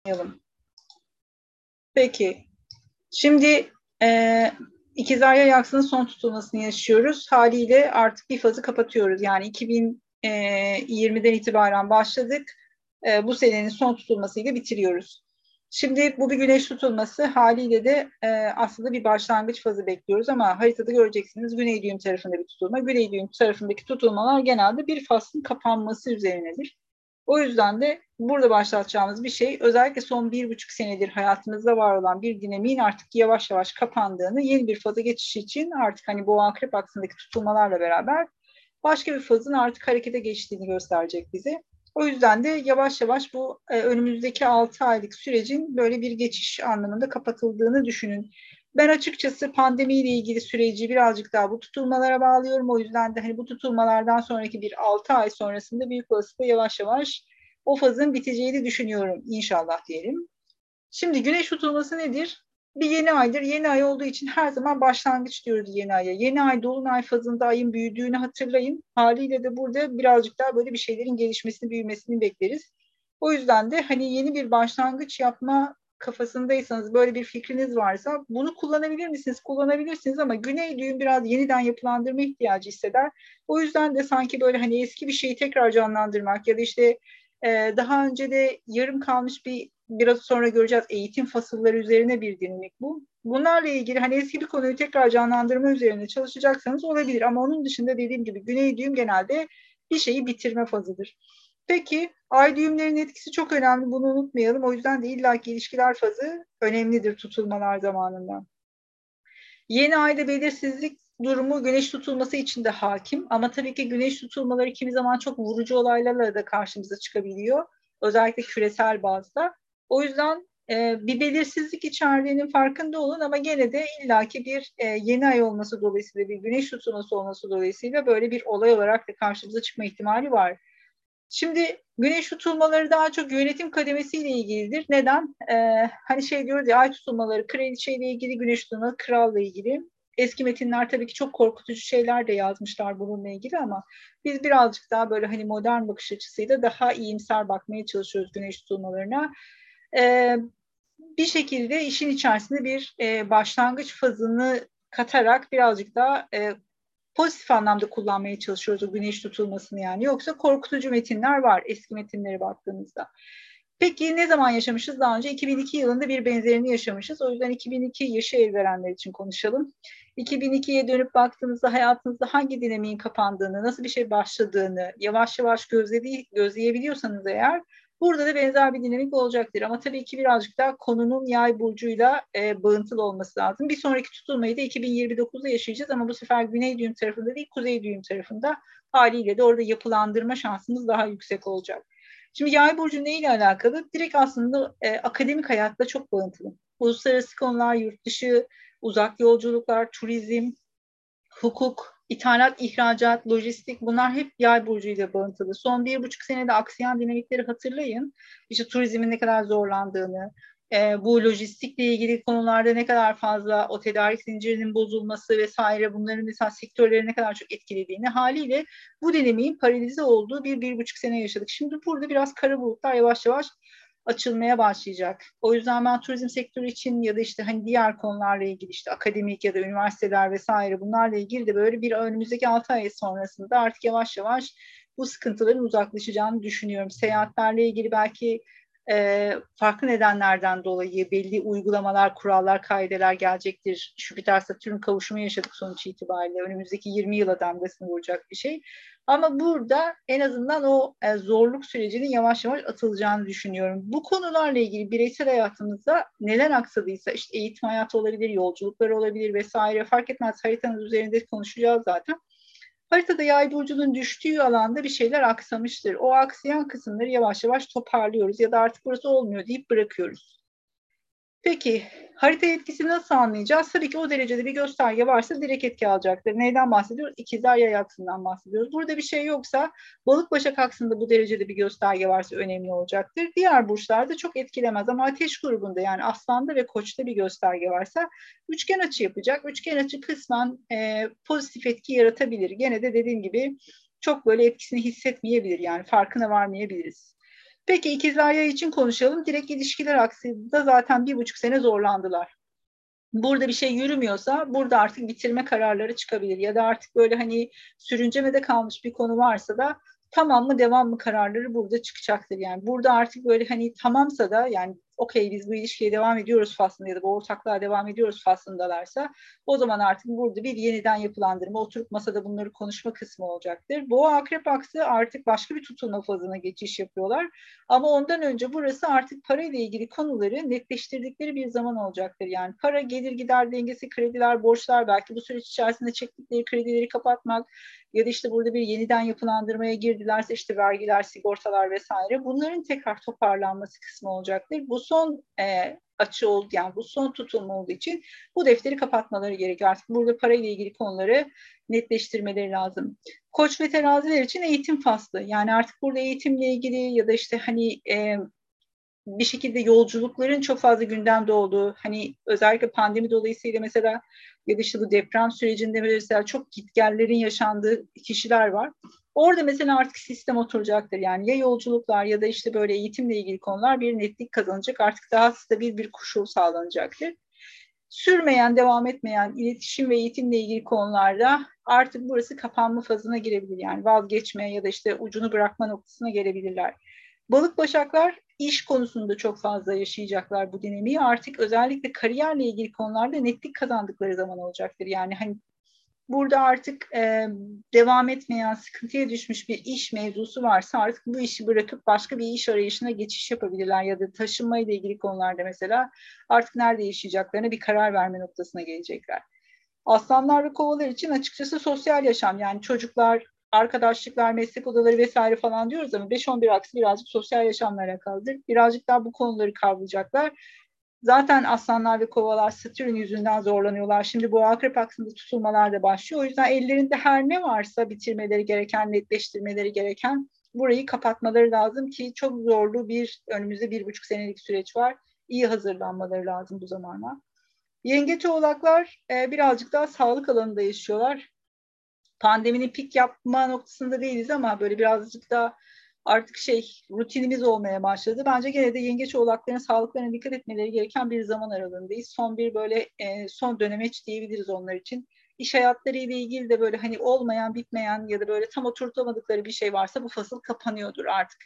Peki. Şimdi İkizler Yay aksının son tutulmasını yaşıyoruz. Haliyle artık bir fazı kapatıyoruz. Yani 2020'den itibaren başladık. Bu senenin son tutulmasıyla bitiriyoruz. Şimdi bu bir güneş tutulması, haliyle de aslında bir başlangıç fazı bekliyoruz ama haritada göreceksiniz güney düğüm tarafında bir tutulma. Güney düğüm tarafındaki tutulmalar genelde bir faslın kapanması üzerinedir. O yüzden de burada başlatacağımız bir şey, özellikle son 1,5 senedir hayatımızda var olan bir dinamiğin artık yavaş yavaş kapandığını, yeni bir faza geçiş için artık hani Boğa Akrep aksındaki tutulmalarla beraber başka bir fazın artık harekete geçtiğini gösterecek bize. O yüzden de yavaş yavaş bu önümüzdeki 6 aylık sürecin böyle bir geçiş anlamında kapatıldığını düşünün. Ben açıkçası pandemiyle ilgili süreci birazcık daha bu tutulmalara bağlıyorum. O yüzden de hani bu tutulmalardan sonraki bir 6 ay sonrasında büyük olasılıkla yavaş yavaş o fazın biteceğini düşünüyorum, inşallah diyelim. Şimdi güneş tutulması nedir? Bir yeni aydır. Yeni ay olduğu için her zaman başlangıç diyoruz yeni aya. Yeni ay dolunay fazında ayın büyüdüğünü hatırlayın. Haliyle de burada birazcık daha böyle bir şeylerin gelişmesini, büyümesini bekleriz. O yüzden de hani yeni bir başlangıç yapma kafasındaysanız, böyle bir fikriniz varsa bunu kullanabilir misiniz? Kullanabilirsiniz ama güney düğüm biraz yeniden yapılandırma ihtiyacı hisseder. O yüzden de sanki böyle hani eski bir şeyi tekrar canlandırmak ya da işte daha önce de yarım kalmış biraz sonra göreceğiz, eğitim fasılları üzerine bir dinamik bu. Bunlarla ilgili hani eski bir konuyu tekrar canlandırma üzerine çalışacaksanız olabilir ama onun dışında dediğim gibi güney düğüm genelde bir şeyi bitirme fazıdır. Peki ay düğümlerinin etkisi çok önemli, bunu unutmayalım. O yüzden de illaki ilişkiler fazı önemlidir tutulmalar zamanında. Yeni ayda belirsizlik durumu güneş tutulması için de hakim ama tabii ki güneş tutulmaları kimi zaman çok vurucu olaylarla da karşımıza çıkabiliyor. Özellikle küresel bazda. O yüzden bir belirsizlik içerdiğinin farkında olun ama gene de illaki bir yeni ay olması dolayısıyla, bir güneş tutulması olması dolayısıyla böyle bir olay olarak da karşımıza çıkma ihtimali var. Şimdi güneş tutulmaları daha çok yönetim kademesiyle ilgilidir. Neden? Hani şey diyoruz ya, ay tutulmaları kraliçeyle ilgili, güneş tutulmaları kralla ilgili. Eski metinler tabii ki çok korkutucu şeyler de yazmışlar bununla ilgili ama biz birazcık daha böyle hani modern bakış açısıyla daha iyimser bakmaya çalışıyoruz güneş tutulmalarına. Ee, Bir şekilde işin içerisinde bir başlangıç fazını katarak birazcık daha pozitif anlamda kullanmaya çalışıyoruz o güneş tutulmasını yani. Yoksa korkutucu metinler var eski metinlere baktığımızda. Peki ne zaman yaşamışız? Daha önce 2002 yılında bir benzerini yaşamışız. O yüzden 2002 yaşı el verenler için konuşalım. 2002'ye dönüp baktığımızda hayatınızda hangi dinamiğin kapandığını, nasıl bir şey başladığını yavaş yavaş gözleyebiliyorsanız eğer, burada da benzer bir dinamik olacaktır. Ama tabii ki birazcık daha konunun yay burcuyla bağıntılı olması lazım. Bir sonraki tutulmayı da 2029'da yaşayacağız ama bu sefer güney düğüm tarafında değil, kuzey düğüm tarafında, haliyle de orada yapılandırma şansımız daha yüksek olacak. Şimdi yay burcu neyle alakalı? Direkt aslında akademik hayatla çok bağıntılı. Uluslararası konular, yurt dışı, uzak yolculuklar, turizm, hukuk, ithalat, ihracat, lojistik, bunlar hep yay burcuyla bağıntılı. Son 1,5 senede aksayan dinamikleri hatırlayın. İşte turizmin ne kadar zorlandığını, bu lojistikle ilgili konularda ne kadar fazla o tedarik zincirinin bozulması vesaire, bunların mesela sektörleri ne kadar çok etkilediğini, haliyle bu dinamiğin paralize olduğu 1,5 sene yaşadık. Şimdi burada biraz kara bulutlar yavaş yavaş açılmaya başlayacak. O yüzden ben turizm sektörü için ya da işte hani diğer konularla ilgili, işte akademik ya da üniversiteler vesaire, bunlarla ilgili de böyle bir önümüzdeki 6 ay sonrasında artık yavaş yavaş bu sıkıntıların uzaklaşacağını düşünüyorum. Seyahatlerle ilgili belki farklı nedenlerden dolayı belli uygulamalar, kurallar, kaideler gelecektir. Jüpiter-Satürn kavuşumu yaşadık sonuç itibariyle. Önümüzdeki 20 yıla damgasını vuracak bir şey. Ama burada en azından o zorluk sürecinin yavaş yavaş atılacağını düşünüyorum. Bu konularla ilgili bireysel hayatımızda neler aksadıysa, işte eğitim hayatı olabilir, yolculuklar olabilir vesaire, fark etmez, haritanız üzerinde konuşacağız zaten. Haritada yay burcunun düştüğü alanda bir şeyler aksamıştır. O aksayan kısımları yavaş yavaş toparlıyoruz ya da artık burası olmuyor deyip bırakıyoruz. Peki harita etkisini nasıl anlayacağız? Tabii ki o derecede bir gösterge varsa direkt etki alacaktır. Neyden bahsediyoruz? İkizler Yay aksından bahsediyoruz. Burada bir şey yoksa, Balık Başak aksında bu derecede bir gösterge varsa önemli olacaktır. Diğer burçlarda çok etkilemez ama Ateş grubunda, yani Aslan'da ve Koç'ta bir gösterge varsa üçgen açı yapacak. Üçgen açı kısmen pozitif etki yaratabilir. Gene de dediğim gibi çok böyle etkisini hissetmeyebilir, yani farkına varmayabiliriz. Peki ikizler Yay için konuşalım. Direkt ilişkiler aksında zaten 1,5 sene zorlandılar. Burada bir şey yürümüyorsa burada artık bitirme kararları çıkabilir. Ya da artık böyle hani sürüncemede kalmış bir konu varsa da tamam mı devam mı kararları burada çıkacaktır. Yani burada artık böyle hani tamamsa da yani okey biz bu ilişkiye devam ediyoruz faslında ya da bu ortaklığa devam ediyoruz faslındalarsa o zaman artık burada bir yeniden yapılandırma, oturup masada bunları konuşma kısmı olacaktır. Boğa Akrep aksı artık başka bir tutulma fazına geçiş yapıyorlar. Ama ondan önce burası artık parayla ilgili konuları netleştirdikleri bir zaman olacaktır. Yani para, gelir gider dengesi, krediler, borçlar, belki bu süreç içerisinde çektikleri kredileri kapatmak ya da işte burada bir yeniden yapılandırmaya girdilerse işte vergiler, sigortalar vesaire, bunların tekrar toparlanması kısmı olacaktır. Bu son açı oldu, yani bu son tutulma olduğu için bu defteri kapatmaları gerekiyor. Artık burada parayla ilgili konuları netleştirmeleri lazım. Koç ve teraziler için eğitim faslı. Yani artık burada eğitimle ilgili ya da işte hani bir şekilde yolculukların çok fazla gündemde olduğu, hani özellikle pandemi dolayısıyla mesela ya da işte bu deprem sürecinde mesela çok gitgellerin yaşandığı kişiler var. Orada mesela artık sistem oturacaktır. Yani ya yolculuklar ya da işte böyle eğitimle ilgili konular bir netlik kazanacak. Artık daha stabil bir koşul sağlanacaktır. Sürmeyen, devam etmeyen iletişim ve eğitimle ilgili konularda artık burası kapanma fazına girebilir. Yani vazgeçmeye ya da işte ucunu bırakma noktasına gelebilirler. Balık başaklar iş konusunda çok fazla yaşayacaklar bu dinamiği. Artık özellikle kariyerle ilgili konularda netlik kazandıkları zaman olacaktır. Yani hani burada artık devam etmeyen, sıkıntıya düşmüş bir iş mevzusu varsa artık bu işi bırakıp başka bir iş arayışına geçiş yapabilirler. Ya da taşınmayla ilgili konularda mesela artık nerede yaşayacaklarına bir karar verme noktasına gelecekler. Aslanlar ve kovalar için açıkçası sosyal yaşam, yani çocuklar, arkadaşlıklar, meslek odaları vesaire falan diyoruz ama 5-11 aksi birazcık sosyal yaşamla alakalıdır. Birazcık daha bu konuları kavrayacaklar. Zaten aslanlar ve kovalar Satürn yüzünden zorlanıyorlar. Şimdi bu akrep aksında tutulmalar da başlıyor. O yüzden ellerinde her ne varsa bitirmeleri gereken, netleştirmeleri gereken burayı kapatmaları lazım ki çok zorlu bir önümüzde 1,5 senelik süreç var. İyi hazırlanmaları lazım bu zamana. Yengeç oğlaklar birazcık daha sağlık alanında yaşıyorlar. Pandeminin pik yapma noktasında değiliz ama böyle birazcık da artık rutinimiz olmaya başladı. Bence gene de yengeç oğlakların sağlıklarına dikkat etmeleri gereken bir zaman aralığındayız. Son bir böyle son dönemeç diyebiliriz onlar için. İş hayatları ile ilgili de böyle hani olmayan, bitmeyen ya da böyle tam oturtamadıkları bir şey varsa bu fasıl kapanıyordur artık.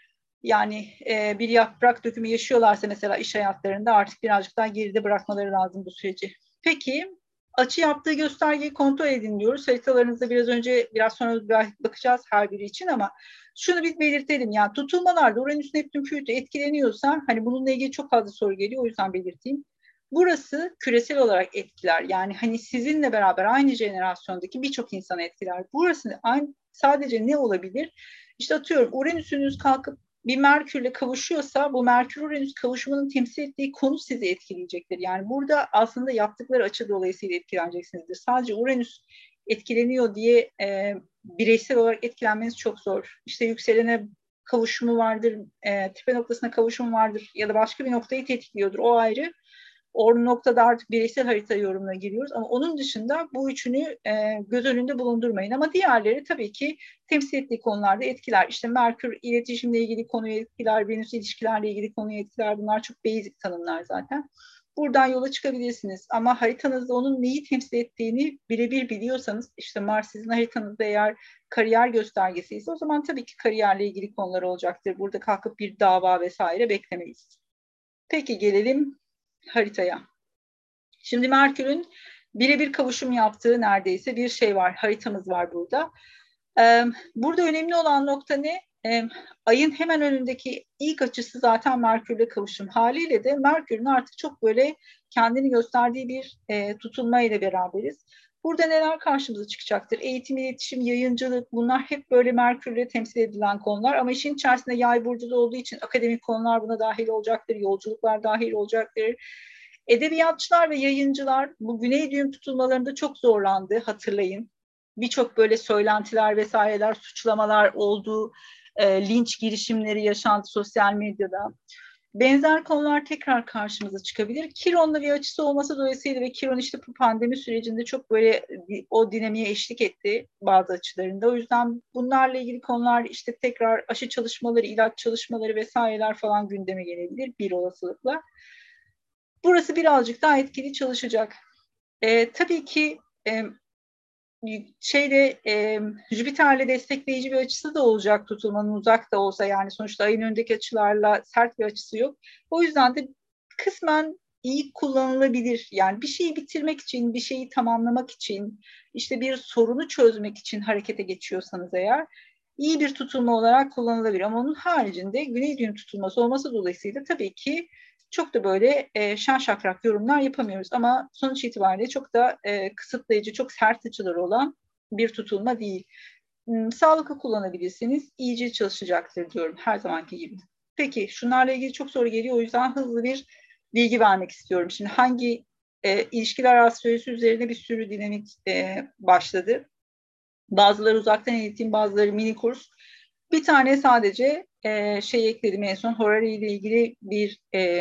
Yani bir yaprak dökümü yaşıyorlarsa mesela iş hayatlarında artık birazcık daha geride bırakmaları lazım bu süreci. Peki açı yaptığı göstergeyi kontrol edin diyoruz. Haritalarınızda biraz sonra bakacağız her biri için ama şunu bir belirtelim. Yani tutulmalarda Uranüs, Neptün, Plüto etkileniyorsa hani bununla ilgili çok fazla soru geliyor. O yüzden belirteyim. Burası küresel olarak etkiler. Yani hani sizinle beraber aynı jenerasyondaki birçok insanı etkiler. Burası sadece ne olabilir? İşte atıyorum Uranüs'ünüz kalkıp bir Merkür'le kavuşuyorsa bu Merkür-Uranüs kavuşumunun temsil ettiği konu sizi etkileyecektir. Yani burada aslında yaptıkları açı dolayısıyla etkileneceksinizdir. Sadece Uranüs etkileniyor diye bireysel olarak etkilenmeniz çok zor. İşte yükselene kavuşumu vardır, tepe noktasına kavuşumu vardır ya da başka bir noktayı tetikliyordur. O ayrı. O noktada artık bireysel harita yorumuna giriyoruz ama onun dışında bu üçünü göz önünde bulundurmayın. Ama diğerleri tabii ki temsil ettiği konularda etkiler. İşte Merkür iletişimle ilgili konuyu etkiler, Venüs ilişkilerle ilgili konuyu etkiler. Bunlar çok basic tanımlar zaten. Buradan yola çıkabilirsiniz. Ama haritanızda onun neyi temsil ettiğini birebir biliyorsanız, işte Mars sizin haritanızda eğer kariyer göstergesi ise o zaman tabii ki kariyerle ilgili konular olacaktır. Burada kalkıp bir dava vesaire beklemeyiz. Peki gelelim haritaya. Şimdi Merkür'ün birebir kavuşum yaptığı neredeyse bir şey var. Haritamız var burada. Burada önemli olan nokta ne? Ayın hemen önündeki ilk açısı zaten Merkür'le kavuşum. Haliyle de Merkür'ün artık çok böyle kendini gösterdiği bir tutulma ile beraberiz. Burada neler karşımıza çıkacaktır? Eğitim, iletişim, yayıncılık, bunlar hep böyle Merkür'le temsil edilen konular. Ama işin içerisinde yay burcu da olduğu için akademik konular buna dahil olacaktır, yolculuklar dahil olacaktır. Edebiyatçılar ve yayıncılar bu Güney düğüm tutulmalarında çok zorlandı, hatırlayın. Birçok böyle söylentiler vesaireler, suçlamalar oldu, linç girişimleri yaşandı sosyal medyada. benzer konular tekrar karşımıza çıkabilir. Kiron'la bir açısı olması dolayısıyla ve Kiron işte bu pandemi sürecinde çok böyle o dinamiğe eşlik etti bazı açılarında. O yüzden bunlarla ilgili konular işte tekrar aşı çalışmaları, ilaç çalışmaları vesaireler falan gündeme gelebilir bir olasılıkla. Burası birazcık daha etkili çalışacak. Tabii ki Jüpiter'le destekleyici bir açısı da olacak tutulmanın uzak da olsa yani sonuçta ayın önündeki açılarla sert bir açısı yok. O yüzden de kısmen iyi kullanılabilir. Yani bir şeyi bitirmek için, bir şeyi tamamlamak için, işte bir sorunu çözmek için harekete geçiyorsanız eğer iyi bir tutulma olarak kullanılabilir. Ama onun haricinde Güney Düğüm tutulması olması dolayısıyla tabii ki çok da böyle şen şakrak yorumlar yapamıyoruz. Ama sonuç itibariyle çok da kısıtlayıcı, çok sert açıları olan bir tutulma değil. Sağlıklı kullanabilirsiniz, iyice çalışacaktır diyorum her zamanki gibi. Peki şunlarla ilgili çok soru geliyor. O yüzden hızlı bir bilgi vermek istiyorum. Şimdi hangi ilişkiler astrolojisi üzerine bir sürü dinamik başladı. Bazıları uzaktan eğitim, bazıları mini kurs. Bir tane sadece ekledim en son Horary ile ilgili bir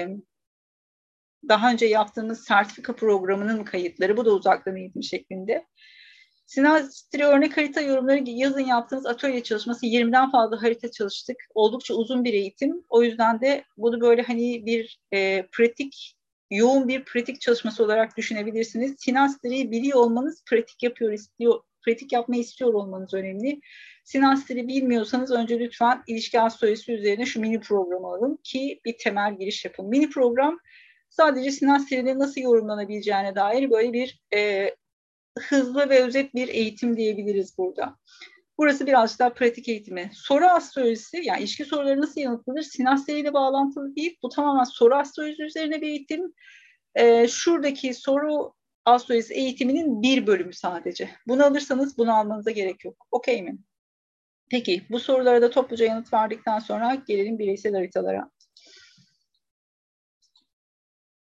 daha önce yaptığımız sertifika programının kayıtları. Bu da uzaktan eğitim şeklinde. Sinastri örnek harita yorumları yazın yaptığımız atölye çalışması 20'den fazla harita çalıştık. Oldukça uzun bir eğitim. O yüzden de bunu böyle hani bir pratik, yoğun bir pratik çalışması olarak düşünebilirsiniz. Sinastri'yi biliyor olmanız, pratik yapmayı istiyor olmanız önemli. Sinastri'yi bilmiyorsanız önce lütfen ilişki astrolojisi üzerine şu mini programı alın ki bir temel giriş yapın. Mini program sadece Sinastri'nin nasıl yorumlanabileceğine dair böyle bir hızlı ve özet bir eğitim diyebiliriz burada. Burası biraz daha pratik eğitimi. Soru astrolojisi, yani ilişki soruları nasıl yanıtlanır? Sinastri ile bağlantılı değil. Bu tamamen soru astrolojisi üzerine bir eğitim. Şuradaki soru astrolojisi eğitiminin bir bölümü sadece. Bunu alırsanız bunu almanıza gerek yok. Okey mi? Peki bu sorulara da topluca yanıt verdikten sonra gelelim bireysel haritalara.